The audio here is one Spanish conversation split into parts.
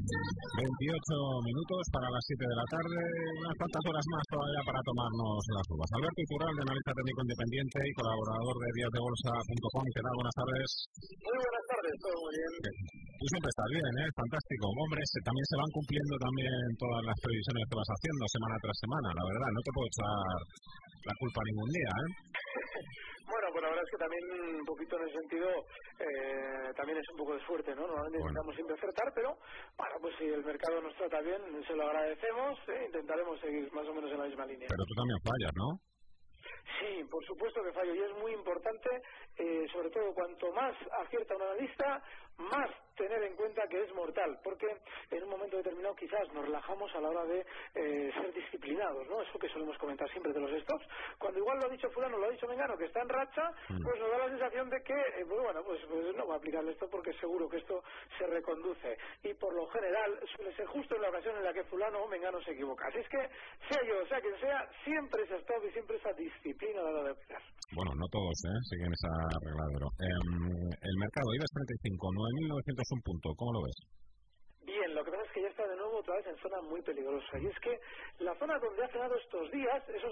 28 minutos para las 7 de la tarde, unas cuantas horas más todavía para tomarnos las uvas. Alberto Iturralde, analista técnico independiente y colaborador de díasdebolsa.com. ¿Qué tal? Buenas tardes. Muy buenas tardes, todo muy bien. Tú siempre estás bien, ¿eh? Fantástico. Hombre, también se van cumpliendo también todas las previsiones que vas haciendo semana tras semana, la verdad. No te puedo echar la culpa ningún día, ¿eh? Bueno, pues la verdad es que también un poquito en ese sentido también es un poco de suerte, ¿no? Normalmente intentamos siempre acertar, pero bueno, pues si el mercado nos trata bien, se lo agradecemos, intentaremos seguir más o menos en la misma línea. Pero tú también fallas, ¿no? Sí, por supuesto que fallo y es muy importante, sobre todo cuanto más acierta un analista, más tener en cuenta que es mortal, porque en un momento determinado quizás nos relajamos a la hora de ser disciplinados, ¿no? Eso que solemos comentar siempre de los stops. Cuando igual lo ha dicho fulano, lo ha dicho mengano, que está en racha, pues nos da la sensación de que, pues no va a aplicarle esto porque seguro que esto se reconduce. Y por lo general suele ser justo en la ocasión en la que fulano o mengano se equivoca. Así es que, sea yo, sea quien sea, siempre ese stop y siempre esa disciplina a la hora de operar. Bueno, no todos, siguen esa regladero. El mercado IBEX 35, 9.901 puntos, ¿cómo lo ves? Bien, lo que pasa es que ya está de nuevo otra vez en zona muy peligrosa. Y es que la zona donde ha frenado estos días, esos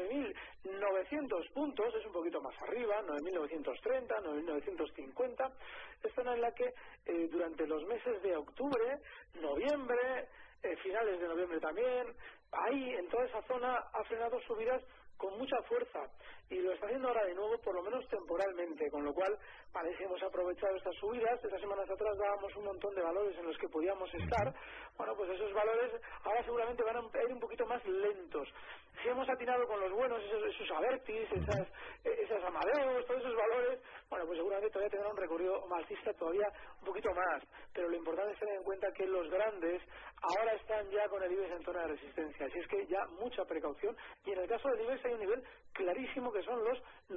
9.900 puntos, es un poquito más arriba, 9.930, 9.950, es zona en la que durante los meses de octubre, noviembre, finales de noviembre también, ahí en toda esa zona ha frenado subidas con mucha fuerza y lo está haciendo ahora de nuevo, por lo menos temporalmente, con lo cual parece que hemos aprovechado estas subidas. Estas semanas atrás dábamos un montón de valores en los que podíamos estar. Bueno, pues esos valores ahora seguramente van a ir un poquito más lentos. Si hemos atinado con los buenos, esos Abertis, esas Amadeus, todos esos valores, bueno, pues seguramente todavía tendrá un recorrido alcista todavía un poquito más, pero lo importante es tener en cuenta que los grandes ahora están ya con el IBEX en zona de resistencia, así es que ya mucha precaución, y en el caso del IBEX hay un nivel clarísimo que son los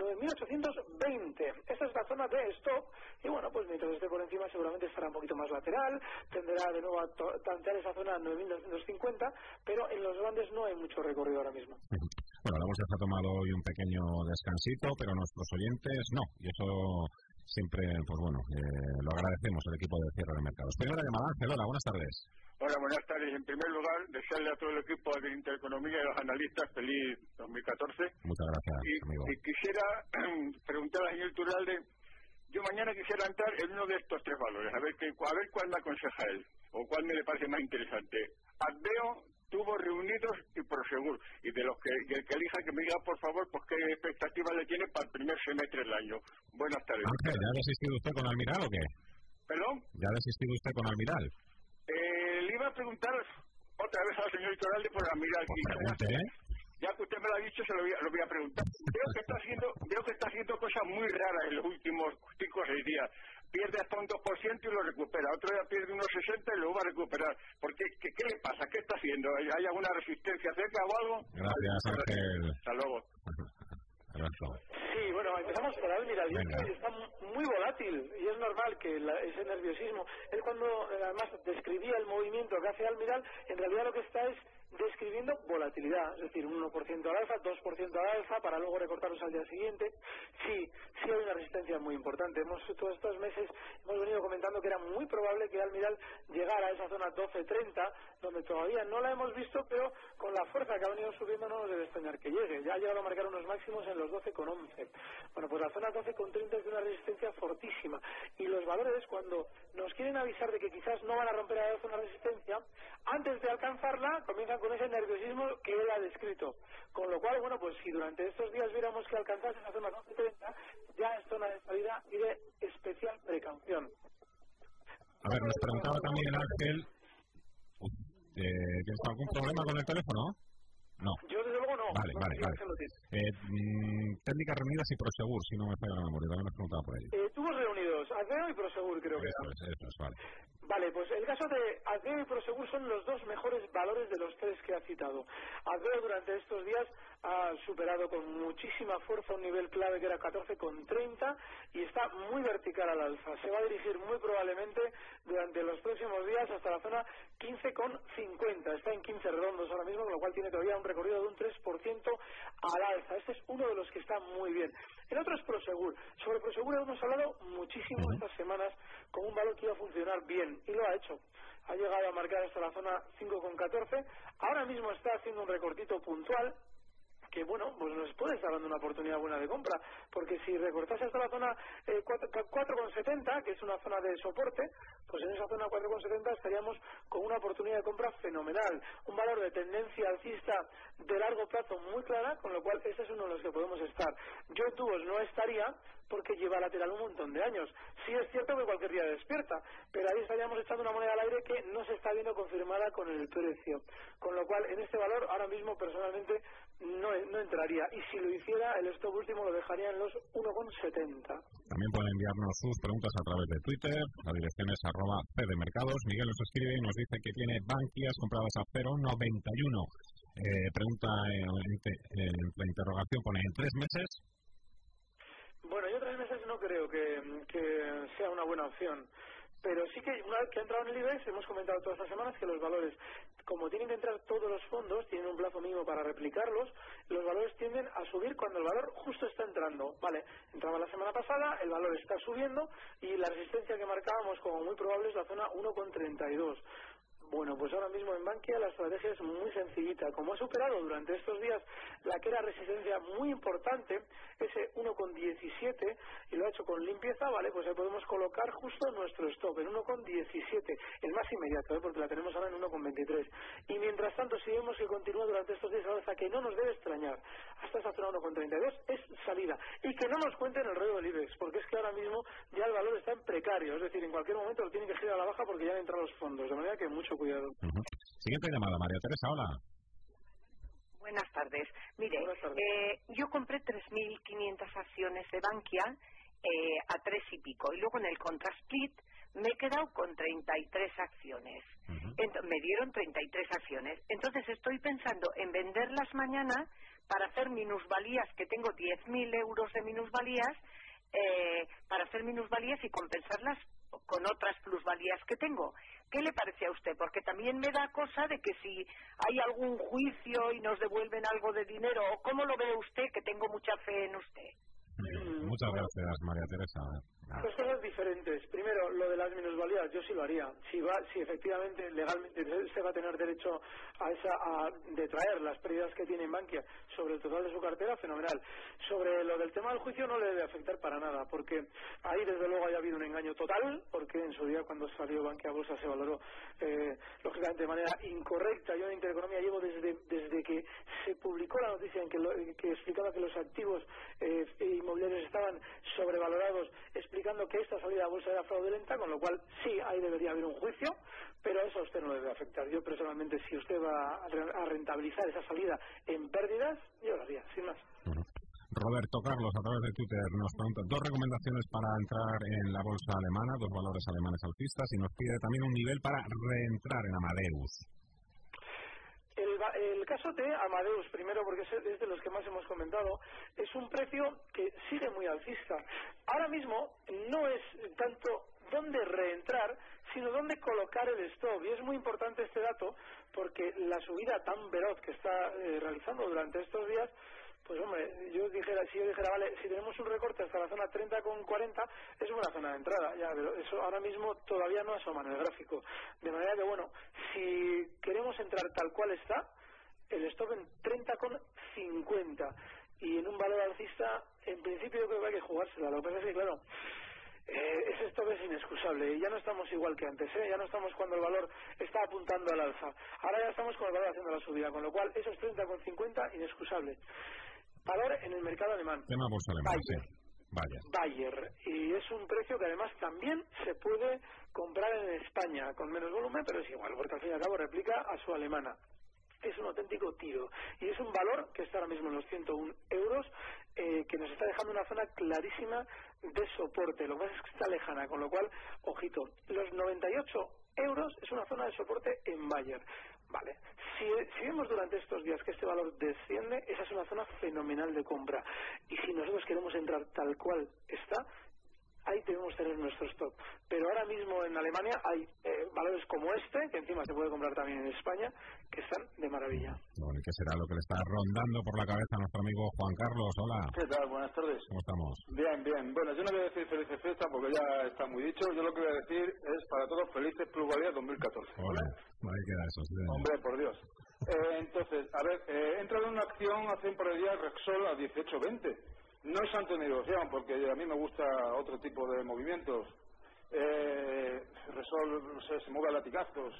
9.820. Esta es la zona de stop y bueno, pues mientras esté por encima seguramente estará un poquito más lateral, tenderá de nuevo a tantear esa zona 9.950, pero en los grandes no hay mucho recorrido ahora mismo. Bueno, la bolsa se ha tomado hoy un pequeño descansito, pero nuestros oyentes no, y eso siempre, pues bueno, lo agradecemos al equipo de cierre de mercados. Primera llamada, Ángel, hola, buenas tardes. Hola, buenas tardes. En primer lugar, desearle a todo el equipo de Intereconomía y a los analistas feliz 2014. Muchas gracias, amigo. Y quisiera preguntar al señor Iturralde, yo mañana quisiera entrar en uno de estos tres valores, a ver cuál me aconseja él, o cuál me le parece más interesante. Adveo, Tubos Reunidos y Prosegur, y el que elija que me diga por favor pues qué expectativas le tiene para el primer semestre del año. Buenas tardes. Ángel, ¿ya ha desistido usted con Almiral o qué? ¿Perdón? ¿Ya ha desistido usted con Almiral? Le iba a preguntar otra vez al señor Iturralde por Almiral. Pues pregunte, Ya que usted me lo ha dicho, se lo voy a preguntar. Veo que está haciendo cosas muy raras en los últimos 5 o 6 días. Pierde hasta un 2% y lo recupera. Otro día pierde unos 60 y lo va a recuperar. ¿Qué le pasa? ¿Qué está haciendo? ¿Hay alguna resistencia cerca o algo? Gracias, Ángel. Hasta luego. Sí, bueno, empezamos por Almiral. Está muy volátil y es normal que ese nerviosismo. Él cuando además describía el movimiento que hace Almiral, en realidad lo que está es describiendo volatilidad, es decir, un 1% al alza, 2% al alza, para luego recortarlos al día siguiente. Sí hay una resistencia muy importante. Todos estos meses hemos venido comentando que era muy probable que Almiral llegara a esa zona 12.30, donde todavía no la hemos visto, pero con la fuerza que ha venido subiendo no nos debe extrañar que llegue. Ya ha llegado a marcar unos máximos en los 12.11. Bueno, pues la zona 12.30 es de una resistencia fortísima. Y los valores, cuando nos quieren avisar de que quizás no van a romper a la zona de resistencia, antes de alcanzarla, comienzan con ese nerviosismo que él ha descrito. Con lo cual, bueno, pues si durante estos días viéramos que alcanzase esa zona 12.30, ya es zona de salida y de especial precaución. A ver, nos preguntaba también Ángel, ¿tienes algún problema con el teléfono? No. Yo desde luego no. Vale. Técnicas reunidas y Prosegur, si no me falla la memoria, también nos preguntaba por ello. Tubos reunidos, Adveo y Prosegur creo que era. Eso es, vale. Vale, pues el caso de Adveo y Prosegur son los dos mejores valores de los tres que ha citado. Adveo durante estos días ha superado con muchísima fuerza un nivel clave que era 14,30 y está muy vertical al alza. Se va a dirigir muy probablemente durante los próximos días hasta la zona 15,50. Está en 15 redondos ahora mismo, con lo cual tiene todavía un recorrido de un 3% al alza. Este es uno de los que está muy bien. El otro es Prosegur. Sobre Prosegur hemos hablado muchísimo estas semanas con un valor que iba a funcionar bien, y lo ha hecho. ha llegado a marcar hasta la zona 5,14, ahora mismo está haciendo un recortito puntual, que bueno, pues nos puede estar dando una oportunidad buena de compra, porque si recortase hasta la zona 4,70, que es una zona de soporte, pues en esa zona 4,70 estaríamos con una oportunidad de compra fenomenal, un valor de tendencia alcista de largo plazo muy clara, con lo cual ese es uno de los que podemos estar. Yo en tubos no estaría, porque lleva lateral un montón de años. Sí es cierto que cualquier día despierta, pero ahí estaríamos echando una moneda al aire que no se está viendo confirmada con el precio, con lo cual en este valor ahora mismo personalmente no entraría, y si lo hiciera el stop último lo dejaría en los 1,70. También pueden enviarnos sus preguntas a través de Twitter, la dirección es @cdmercados. Miguel nos escribe y nos dice que tiene Bankias compradas a 0,91. Pregunta en la interrogación, pone ¿en 3 meses? Bueno, yo 3 meses no creo que sea una buena opción, pero sí que una vez que ha entrado en el IBEX hemos comentado todas las semanas que los valores, como tienen que entrar todos los fondos, tienen un plazo mínimo para replicarlos, los valores tienden a subir cuando el valor justo está entrando. Vale, entraba la semana pasada, el valor está subiendo y la resistencia que marcábamos como muy probable es la zona 1,32. Bueno, pues ahora mismo en Bankia la estrategia es muy sencillita. Como ha superado durante estos días la que era resistencia muy importante, ese 1,17, y lo ha hecho con limpieza, vale, pues ahí podemos colocar justo nuestro stop en 1,17, el más inmediato, porque la tenemos ahora en 1,23. Y mientras tanto, si vemos que continúa durante estos días la alza, que no nos debe extrañar, hasta esa zona 1,32 es salida. Y que no nos cuenten el rollo del IBEX, porque es que ahora mismo ya el valor está en precario, es decir, en cualquier momento lo tienen que girar a la baja porque ya han entrado los fondos, de manera que mucho cuidado. Siguiente llamada, María Teresa, hola. Buenas tardes. Mire, yo compré 3.500 acciones de Bankia a 3 y pico, y luego en el contrasplit me he quedado con 33 acciones. Me dieron 33 acciones. Entonces estoy pensando en venderlas mañana para hacer minusvalías, que tengo 10.000 euros de minusvalías, para hacer minusvalías y compensarlas con otras plusvalías que tengo. ¿Qué le parece a usted? Porque también me da cosa de que si hay algún juicio y nos devuelven algo de dinero, ¿cómo lo ve usted? Que tengo mucha fe en usted. Muchas gracias, María Teresa. Dos cosas diferentes. Primero, lo de las minusvalías, yo sí lo haría. Si efectivamente, legalmente, se va a tener derecho a detraer las pérdidas que tiene en Bankia sobre el total de su cartera, fenomenal. Sobre lo del tema del juicio no le debe afectar para nada, porque ahí desde luego haya habido un engaño total, porque en su día cuando salió Bankia a bolsa se valoró lógicamente de manera incorrecta. Yo en Intereconomía llevo desde que se publicó la noticia en que explicaba que los activos inmobiliarios estaban sobrevalorados, explicando que esta salida a bolsa era fraudulenta, con lo cual sí, ahí debería haber un juicio, pero eso a usted no le debe afectar. Yo personalmente, si usted va a rentabilizar esa salida en pérdidas, yo lo haría, sin más. Roberto Carlos, a través de Twitter, nos pregunta 2 recomendaciones para entrar en la bolsa alemana, 2 valores alemanes alcistas, y nos pide también un nivel para reentrar en Amadeus. El caso de Amadeus, primero porque es de los que más hemos comentado, es un precio que sigue muy alcista. Ahora mismo no es tanto dónde reentrar, sino dónde colocar el stop. Y es muy importante este dato porque la subida tan veloz que está realizando durante estos días, pues hombre, si yo dijera, vale, si tenemos un recorte hasta la zona 30,40, es una zona de entrada, ya, pero eso ahora mismo todavía no asoma en el gráfico. De manera que, bueno, si queremos entrar tal cual está, el stop en 30,50 y en un valor alcista, en principio yo creo que hay que jugársela. Lo que pasa es que, claro, ese stop es inexcusable y ya no estamos igual que antes, ya no estamos cuando el valor está apuntando al alza, ahora ya estamos con el valor haciendo la subida, con lo cual esos 30,50 inexcusable. Valor en el mercado alemán, Tema bolsa alemana, Bayer, y es un precio que además también se puede comprar en España con menos volumen, pero es igual, porque al fin y al cabo replica a su alemana. Es un auténtico tiro y es un valor que está ahora mismo en los 101 euros, que nos está dejando una zona clarísima de soporte. Lo que pasa es que está lejana, con lo cual, ojito, los 98 euros es una zona de soporte en Bayer. Vale, si vemos durante estos días que este valor desciende, esa es una zona fenomenal de compra, y si nosotros queremos entrar tal cual está, ahí debemos tener nuestro stock. Pero ahora mismo en Alemania hay valores como este, que encima se puede comprar también en España, que están de maravilla. Bueno, ¿y qué será lo que le está rondando por la cabeza a nuestro amigo Juan Carlos? Hola. ¿Qué tal? Buenas tardes. ¿Cómo estamos? Bien, bien. Bueno, yo no voy a decir felices fiestas porque ya está muy dicho. Yo lo que voy a decir es para todos felices plusvalías 2014. Hola. Ahí queda eso. Sí. Hombre, por Dios. Entonces, a ver, he entrado en una acción hace un par de días Repsol a 18.20. No es ante negociación porque a mí me gusta otro tipo de movimientos. Repsol se mueve a latigazos.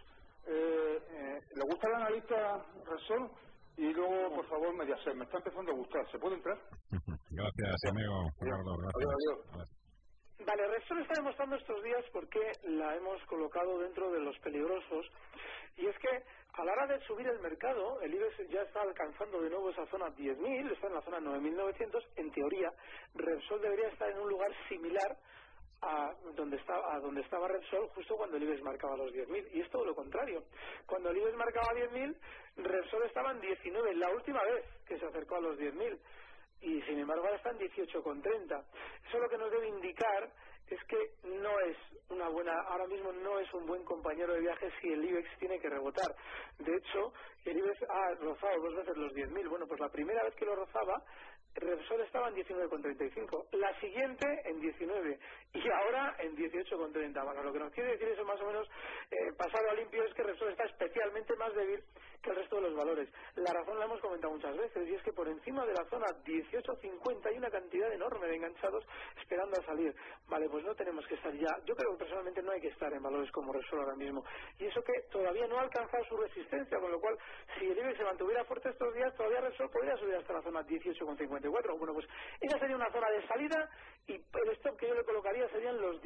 ¿Le gusta al analista Repsol? Y luego, por favor, Mediaset. Me está empezando a gustar. ¿Se puede entrar? Gracias, amigo. Gerardo, gracias. Adiós. Vale, Repsol está demostrando estos días por qué la hemos colocado dentro de los peligrosos. Y es que a la hora de subir el mercado, el IBEX ya está alcanzando de nuevo esa zona 10.000, está en la zona 9.900. En teoría, Repsol debería estar en un lugar similar a donde estaba Repsol justo cuando el IBEX marcaba los 10.000, y es todo lo contrario. Cuando el IBEX marcaba 10.000, Repsol estaba en 19, la última vez que se acercó a los 10.000, y sin embargo ahora está en 18,30. Eso lo que nos debe indicar es que no es una buena, ahora mismo no es un buen compañero de viaje si el IBEX tiene que rebotar. De hecho, el IBEX ha rozado 2 veces los 10.000. Bueno, pues la primera vez que lo rozaba, Repsol estaba en 19,35, la siguiente en 19 y ahora en 18,30. Bueno, lo que nos quiere decir eso más o menos pasado a limpio es que Repsol está especialmente más débil que el resto de los valores. La razón la hemos comentado muchas veces y es que por encima de la zona 18,50 hay una cantidad enorme de enganchados esperando a salir. Vale, pues no tenemos que estar ya. Yo creo que personalmente no hay que estar en valores como Repsol ahora mismo, y eso que todavía no ha alcanzado su resistencia, con lo cual si el IBEX se mantuviera fuerte estos días, todavía Repsol podría subir hasta la zona 18,54. Bueno, pues esa sería una zona de salida y el stop que yo le colocaría serían los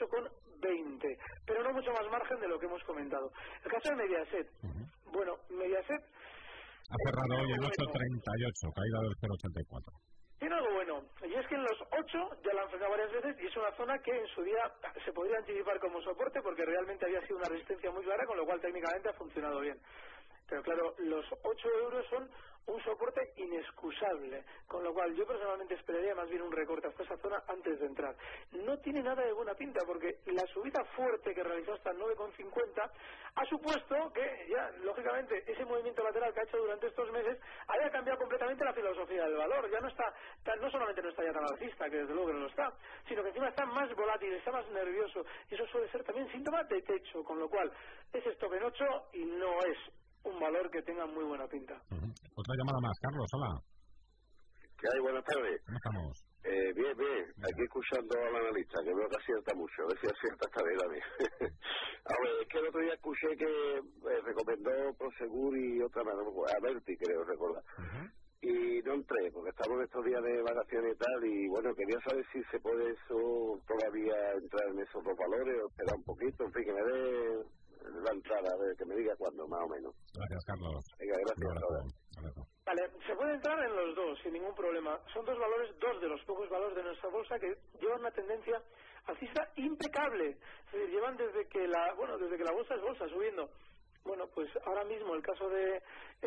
18,20, pero no mucho más margen de lo que hemos comentado. El caso de Mediaset. Bueno, Mediaset ha cerrado hoy en 8,38, caída del 0,84. Tiene algo bueno, y es que en los 8 ya la han frenado varias veces y es una zona que en su día se podría anticipar como soporte porque realmente había sido una resistencia muy clara, con lo cual técnicamente ha funcionado bien. Pero claro, los 8 euros son un soporte inexcusable, con lo cual yo personalmente esperaría más bien un recorte hasta esa zona antes de entrar. No tiene nada de buena pinta porque la subida fuerte que realizó hasta el 9,50 ha supuesto que ya, lógicamente, ese movimiento lateral que ha hecho durante estos meses haya cambiado completamente la filosofía del valor. Ya no está, no solamente no está ya tan alcista, que desde luego que no lo está, sino que encima está más volátil, está más nervioso, y eso suele ser también síntoma de techo, con lo cual es stop en 8 y no es un valor que tenga muy buena pinta. Otra llamada más, Carlos, hola. ¿Qué hay? Buenas tardes. ¿Cómo estamos? Bien, aquí escuchando al analista, que veo que acierta mucho, a ver si acierta esta vez también. A ver, es que el otro día escuché que recomendó Prosegur y otra más, a Berti creo recordar. Y no entré, porque estamos en estos días de vacaciones y tal, y bueno, quería saber si se puede eso todavía entrar en esos dos valores o esperar un poquito, en fin, que me dé la entrada, a ver, que me diga cuándo, más o menos. Gracias, Carlos. Venga, gracias. Vale, se puede entrar en los dos sin ningún problema. Son dos valores, dos de los pocos valores de nuestra bolsa que llevan una tendencia alcista impecable. Es decir, llevan desde que la bolsa es bolsa subiendo. Bueno, pues ahora mismo el caso de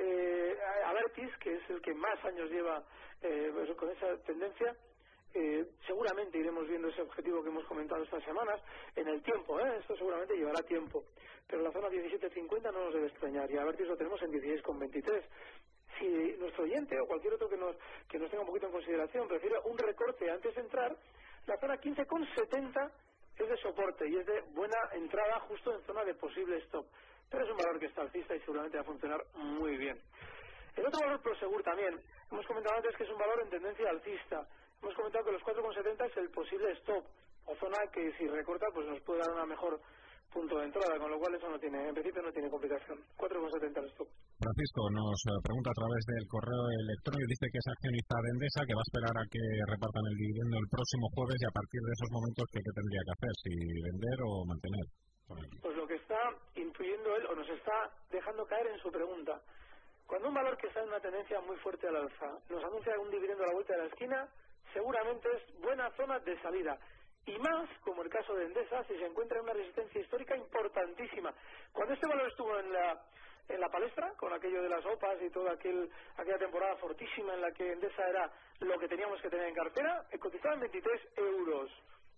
Abertis, que es el que más años lleva pues con esa tendencia, seguramente iremos viendo ese objetivo que hemos comentado estas semanas en el tiempo, esto seguramente llevará tiempo, pero la zona 17.50 no nos debe extrañar, y a Abertis lo tenemos en 16,23. Si nuestro oyente o cualquier otro que nos tenga un poquito en consideración prefiere un recorte antes de entrar, la zona 15,70 es de soporte y es de buena entrada justo en zona de posible stop, pero es un valor que está alcista y seguramente va a funcionar muy bien. El otro valor, Prosegur, también hemos comentado antes que es un valor en tendencia alcista. Hemos comentado que los 4,70 es el posible stop o zona que si recorta pues nos puede dar una mejor punto de entrada, con lo cual eso no tiene, en principio no tiene complicación. 4,70 el stop. Francisco nos pregunta a través del correo electrónico, dice que es accionista de Endesa, que va a esperar a que repartan el dividendo el próximo jueves, y a partir de esos momentos ¿qué tendría que hacer? ¿Si vender o mantener? Pues lo que está intuyendo él, o nos está dejando caer en su pregunta, cuando un valor que está en una tendencia muy fuerte al alza nos anuncia un dividendo a la vuelta de la esquina, seguramente es buena zona de salida. Y más, como el caso de Endesa, si se encuentra en una resistencia histórica importantísima. Cuando este valor estuvo en la palestra, con aquello de las OPAs y toda aquella temporada fortísima en la que Endesa era lo que teníamos que tener en cartera, cotizaba en 23 euros.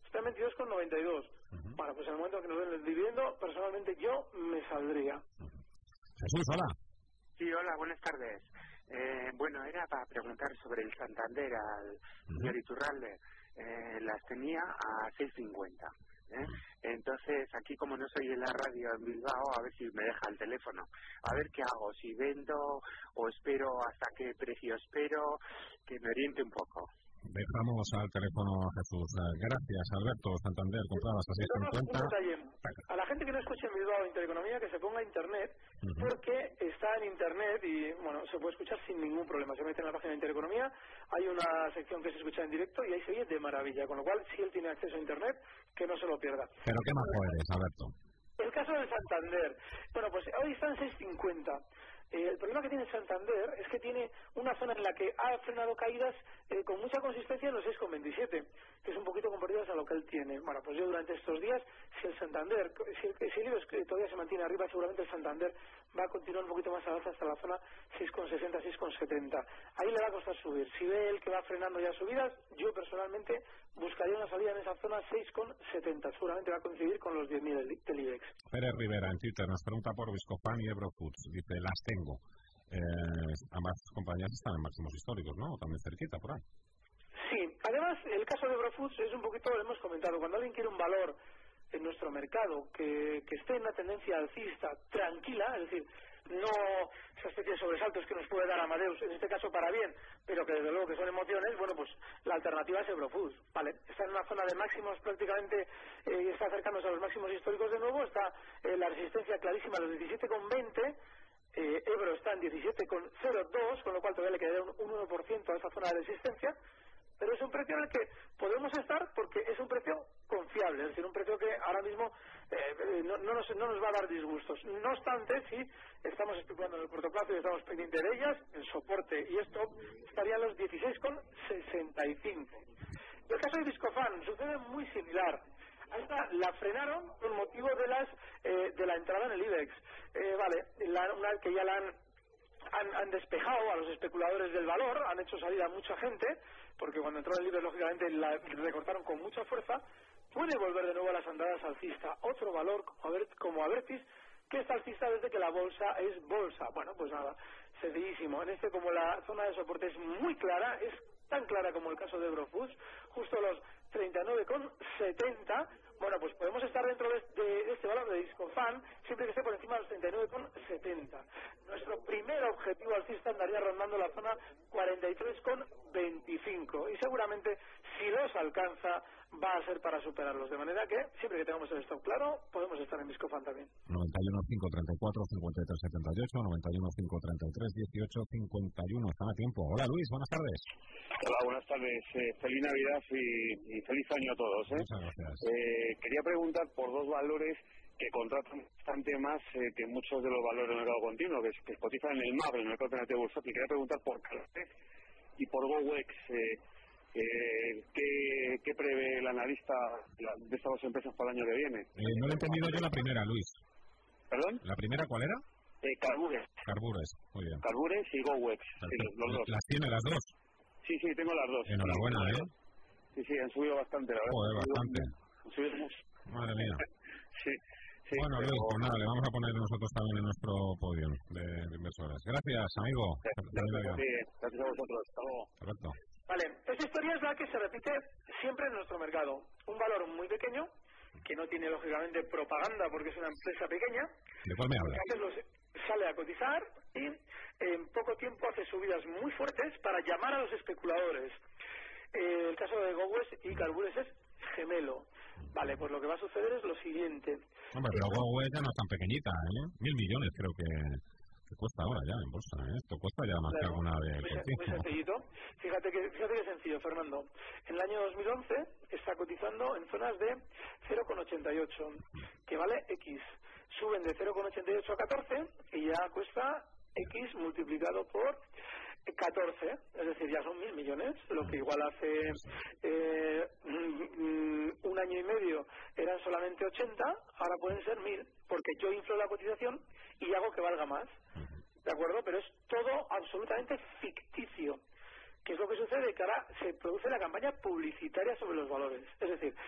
está en 22,92. Bueno, pues en el momento en que nos den el dividendo, personalmente yo me saldría. Jesús, hola. Sí, hola, buenas tardes. Bueno, era para preguntar sobre el Santander al señor Iturralde. Las tenía a 6,50. Entonces, aquí como no soy en la radio en Bilbao, a ver si me deja el teléfono. A ver qué hago, si vendo o espero, hasta qué precio espero, que me oriente un poco. Dejamos al teléfono a Jesús. Gracias, Alberto. Santander, comprabas a 6,50. A la gente que no escuche en Bilbao Intereconomía, que se ponga a Internet, porque está en Internet y, bueno, se puede escuchar sin ningún problema. Se mete en la página de Intereconomía, hay una sección que se escucha en directo y ahí se oye de maravilla. Con lo cual, si él tiene acceso a Internet, que no se lo pierda. ¿Pero qué majo eres, Alberto? El caso del Santander. Bueno, pues hoy está en 6,50. El problema que tiene el Santander es que tiene una zona en la que ha frenado caídas con mucha consistencia en los 6,27, que es un poquito compartidas a lo que él tiene. Bueno, pues yo durante estos días, si el Santander, si el IBEX todavía se mantiene arriba, seguramente el Santander va a continuar un poquito más al alza hasta la zona 6,60, 6,70. Ahí le va a costar subir. Si ve él que va frenando ya subidas, yo personalmente buscaría una salida en esa zona 6,70. Seguramente va a coincidir con los 10.000 del IBEX. Pérez Rivera en Twitter nos pregunta por Viscofan y Eurofoods. Dice, las tengo. Ambas compañías están en máximos históricos, ¿no? También cerquita, por ahí. Sí, además el caso de Eurofoods es un poquito, lo hemos comentado, cuando alguien quiere un valor en nuestro mercado que esté en una tendencia alcista tranquila, es decir, no esa especie de sobresaltos que nos puede dar Amadeus, en este caso para bien, pero que desde luego que son emociones, bueno, pues la alternativa es Eurofoods, ¿vale? Está en una zona de máximos prácticamente, está acercándose a los máximos históricos de nuevo, está la resistencia clarísima a los 17,20, Ebro está en 17,02, con lo cual todavía le quedaría un 1% a esa zona de resistencia, pero es un precio en el que podemos estar porque es un precio confiable, es decir, un precio que ahora mismo no nos va a dar disgustos. No obstante, si estamos especulando en el corto plazo y estamos pendientes de ellas, el soporte y stop estaría en los 16,65. En el caso de Viscofan sucede muy similar. A esta la frenaron con motivo de la entrada en el IBEX. Una vez que ya la han despejado a los especuladores del valor, han hecho salir a mucha gente, porque cuando entró en el IBEX, lógicamente, la recortaron con mucha fuerza, puede volver de nuevo a las andadas alcista. Otro valor como Abertis, que está alcista desde que la bolsa es bolsa. Bueno, pues nada, sencillísimo. Como la zona de soporte es muy clara, es tan clara como el caso de Eurofoods, justo los 39,70, bueno, pues podemos estar dentro de este valor de Viscofan siempre que esté por encima de los 39,70. Nuestro primer objetivo alcista andaría rondando la zona 43,25 y seguramente si los alcanza va a ser para superarlos, de manera que siempre que tengamos el stop claro podemos estar en Viscofan también. 91 534 53 78, 91 533 18 51. Están a tiempo. Hola Luis, buenas tardes. Hola, buenas tardes. Feliz Navidad y feliz año a todos. Muchas gracias. Quería preguntar por dos valores que contratan bastante más que muchos de los valores del mercado continuo, que cotizan en el MAB, en el mercado alternativo bursátil. Quería preguntar por Caltech y por GoWex. ¿Qué prevé el analista de estas dos empresas para el año que viene? No lo he entendido yo la primera, Luis. ¿Perdón? ¿La primera cuál era? Carbures. Carbures, muy bien. Carbures y GoWex, sí, los dos. ¿Las tiene las dos? Sí, tengo las dos. Enhorabuena, Sí, han subido bastante, la verdad. Joder, bastante. Han subido mucho. Madre mía. Sí. Bueno, Luis, pues nada, le vamos a poner nosotros también en nuestro podio de inversores. Gracias, amigo. Gracias a vosotros. Hasta luego. Perfecto. Vale, esta historia es la que se repite siempre en nuestro mercado. Un valor muy pequeño, que no tiene lógicamente propaganda porque es una empresa pequeña. ¿De cuál me hablas? Sale a cotizar y en poco tiempo hace subidas muy fuertes para llamar a los especuladores. El caso de GoWex y Carbures es gemelo. Vale, pues lo que va a suceder es lo siguiente. Hombre, pero GoWex ya no es tan pequeñita, ¿eh? 1.000 millones creo que cuesta ahora ya en bolsa, ¿eh? Esto cuesta ya más que alguna de muy sencillito. Fíjate que sencillo, Fernando. En el año 2011 está cotizando en zonas de 0,88, que vale X. Suben de 0,88 a 14 y ya cuesta X multiplicado por 14, es decir, ya son 1.000 millones, lo que igual hace un año y medio eran solamente 80, ahora pueden ser 1.000, porque yo inflo la cotización y hago que valga más, ¿de acuerdo? Pero es todo absolutamente ficticio. ¿Qué es lo que sucede? Que ahora se produce la campaña publicitaria sobre los valores, es decir,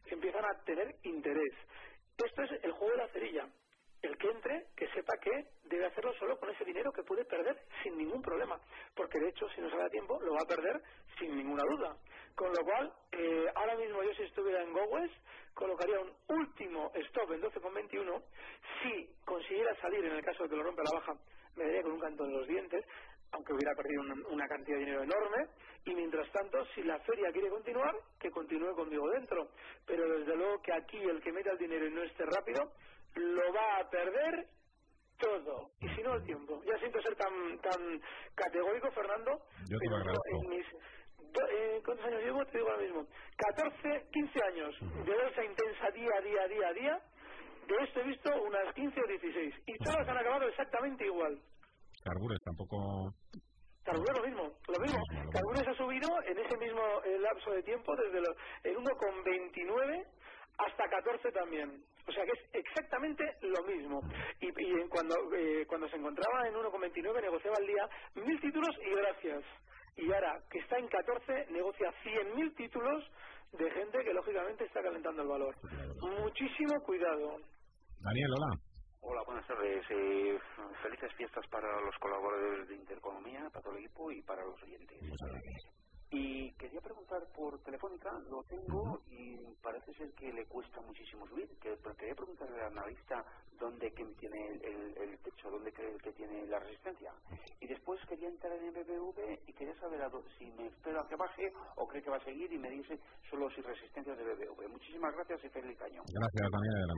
empiezan a tener interés. Esto es el juego de la cerilla. El que entre, que sepa que debe hacerlo solo con ese dinero que puede perder sin ningún problema, porque de hecho si no sale a tiempo lo va a perder sin ninguna duda. Con lo cual, ahora mismo yo si estuviera en GoWest colocaría un último stop en 12,21. Si consiguiera salir, en el caso de que lo rompa la baja, me daría con un canto en los dientes, aunque hubiera perdido una cantidad de dinero enorme. Y mientras tanto, si la feria quiere continuar, que continúe conmigo dentro, pero desde luego que aquí el que meta el dinero y no esté rápido lo va a perder todo, y si no el tiempo. Ya siento ser tan categórico, Fernando, yo te lo agradezco. En mis ¿cuántos años llevo? Te digo ahora mismo 14, 15 años de bolsa intensa día a día. De esto he visto unas 15 o 16 y todas han acabado exactamente igual. Carbures tampoco. Carbures lo mismo. Carbures ha subido en ese mismo lapso de tiempo desde el 1,29 hasta 14 también. O sea que es exactamente lo mismo. Y cuando se encontraba en 1,29 negociaba al día 1.000 títulos y gracias. Y ahora que está en 14 negocia 100.000 títulos de gente que lógicamente está calentando el valor. Muchísimo cuidado. Daniel, hola. Hola, buenas tardes. Felices fiestas para los colaboradores de Intereconomía, para todo el equipo y para los oyentes. Muchas gracias. Y quería preguntar por Telefónica, lo tengo y parece ser que le cuesta muchísimo subir. Quería preguntarle al analista dónde tiene el techo, dónde cree que tiene la resistencia. Y después quería entrar en BBV y quería saber si me espero a que baje o cree que va a seguir y me dice solo si resistencias de BBV. Muchísimas gracias y feliz año. Gracias, Daniel.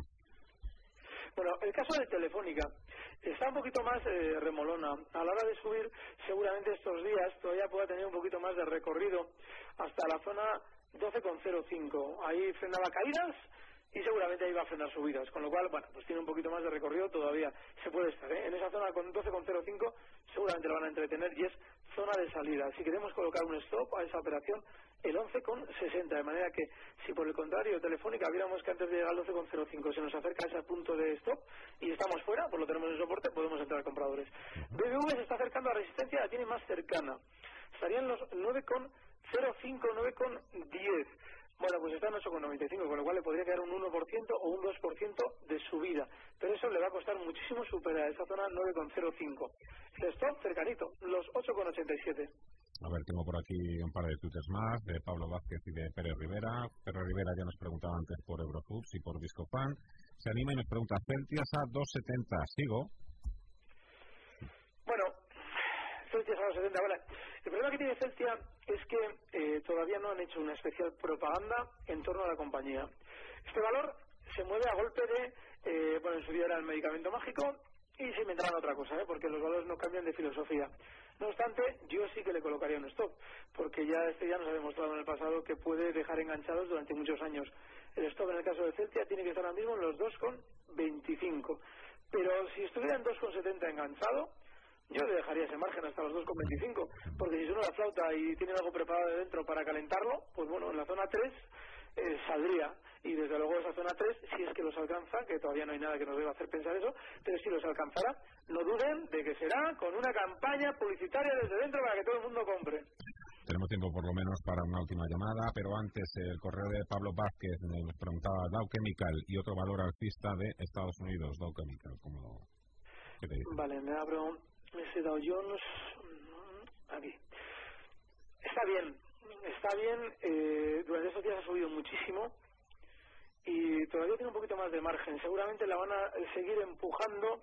Bueno, el caso de Telefónica está un poquito más remolona. A la hora de subir, seguramente estos días todavía pueda tener un poquito más de recorrido hasta la zona 12,05. Ahí frenaba caídas y seguramente ahí va a frenar subidas, con lo cual, bueno, pues tiene un poquito más de recorrido todavía. Se puede estar, en esa zona con 12,05 seguramente lo van a entretener y es zona de salida. Si queremos colocar un stop a esa operación, el 11,60, de manera que si por el contrario Telefónica viéramos que antes de llegar al 12,05 se nos acerca a ese punto de stop y estamos fuera, pues lo tenemos en soporte, podemos entrar a compradores. BBV se está acercando a resistencia, la tiene más cercana, estarían los 9,05, 9,10. Bueno, pues está en 8,95, con lo cual le podría quedar un 1% o un 2% de subida, pero eso le va a costar muchísimo superar esa zona 9,05. El stop cercanito, los 8,87. A ver, tengo por aquí un par de twitters más, de Pablo Vázquez y de Pérez Rivera. Pérez Rivera ya nos preguntaba antes por Eurofubs y por Discofan. Se anima y nos pregunta, Celtias a 2,70, ¿sigo? Bueno, Celtias a 2,70, vale. El problema que tiene Celtia es que todavía no han hecho una especial propaganda en torno a la compañía. Este valor se mueve a golpe de, bueno, en su día era el medicamento mágico y se inventarán otra cosa, porque los valores no cambian de filosofía. No obstante, yo sí que le colocaría un stop, porque ya nos ha demostrado en el pasado que puede dejar enganchados durante muchos años. El stop en el caso de Celtia tiene que estar ahora mismo en los 2,25. Pero si estuviera en 2,70 enganchado, yo le dejaría ese margen hasta los 2,25, porque si suena la flauta y tiene algo preparado de dentro para calentarlo, pues bueno, en la zona 3 saldría, y desde luego esa zona 3, si es que los alcanza, que todavía no hay nada que nos deba hacer pensar eso, pero si los alcanzará, no duden de que será con una campaña publicitaria desde dentro para que todo el mundo compre. Tenemos tiempo por lo menos para una última llamada, pero antes el correo de Pablo Vázquez nos preguntaba Dow Chemical y otro valor alcista de Estados Unidos, Dow Chemical, ¿qué te dice? Vale, me abro ese Dow Jones aquí. Está bien, durante estos días ha subido muchísimo y todavía tiene un poquito más de margen, seguramente la van a seguir empujando,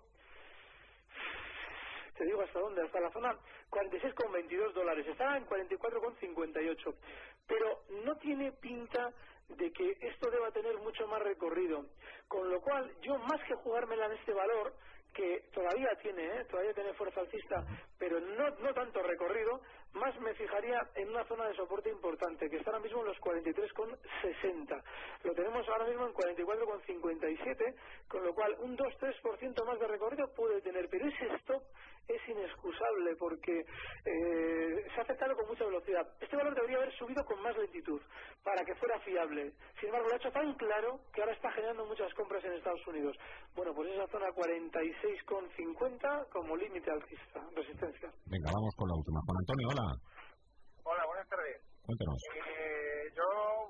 te digo hasta dónde, hasta la zona $46,22, está en 44,58, pero no tiene pinta de que esto deba tener mucho más recorrido, con lo cual yo más que jugármela en este valor, que todavía tiene fuerza alcista, pero no tanto recorrido, más me fijaría en una zona de soporte importante, que está ahora mismo en los 43,60. Lo tenemos ahora mismo en 44,57, con lo cual un 2-3% más de recorrido puede tener, pero ese stop es inexcusable porque se ha acercado con mucha velocidad. Este valor debería haber subido con más lentitud para que fuera fiable. Sin embargo, lo ha hecho tan claro que ahora está generando muchas compras en Estados Unidos. Bueno, pues esa zona 46,50 como límite alcista, resistencia. Venga, vamos con la última. Juan Antonio, hola. Hola, buenas tardes. Cuéntanos. Yo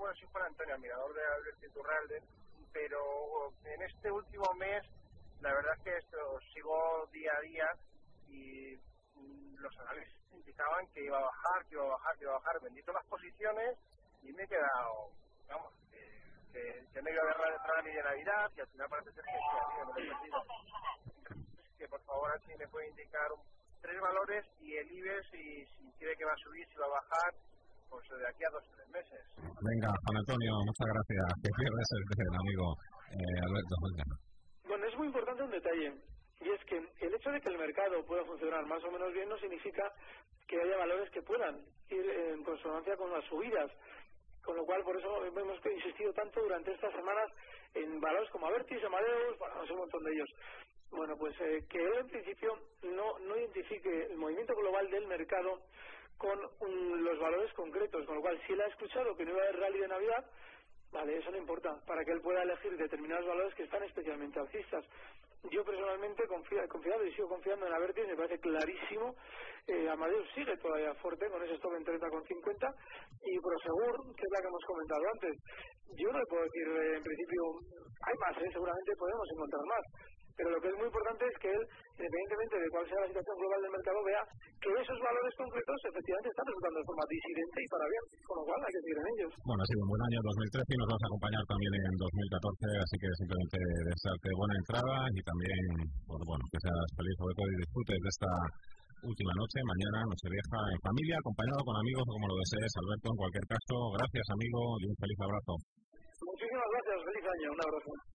soy Juan Antonio, admirador de Alberto Iturralde, pero en este último mes, la verdad es que sigo día a día y los análisis indicaban que iba a bajar. Vendí todas las posiciones y me he quedado, vamos, que no iba a haber entrada ni de Navidad y al final parece ser que sí, me lo he perdido. Que por favor así me puede indicar 3 valores y el IBEX, y si cree que va a subir, si va a bajar, pues de aquí a 2 o 3 meses. Venga, Juan Antonio, muchas gracias. Que pierdes el amigo Alberto. Bueno, es muy importante un detalle, y es que el hecho de que el mercado pueda funcionar más o menos bien no significa que haya valores que puedan ir en consonancia con las subidas. Con lo cual, por eso hemos insistido tanto durante estas semanas en valores como Abertis, Amadeus, bueno, no sé, un montón de ellos. Bueno, pues que él en principio no identifique el movimiento global del mercado con los valores concretos, con lo cual si él ha escuchado que no iba a haber rally de Navidad, vale, eso no importa, para que él pueda elegir determinados valores que están especialmente alcistas. Yo personalmente he confiado y sigo confiando en Abertis, me parece clarísimo. Amadeus sigue todavía fuerte con ese stop en 30,50 y Prosegur, que es la que hemos comentado antes. Yo no le puedo decir, en principio, hay más, seguramente podemos encontrar más. Pero lo que es muy importante es que él, independientemente de cuál sea la situación global del mercado, vea que esos valores concretos efectivamente están resultando de forma disidente y para bien, con lo cual hay que seguir en ellos. Bueno, ha sido un buen año 2013 y nos vas a acompañar también en 2014, así que simplemente desearte buena entrada y también, pues bueno, que seas feliz sobre todo y disfrutes de esta última noche, mañana Nochevieja en familia, acompañado con amigos o como lo desees, Alberto. En cualquier caso, gracias amigo y un feliz abrazo. Muchísimas gracias, feliz año, un abrazo.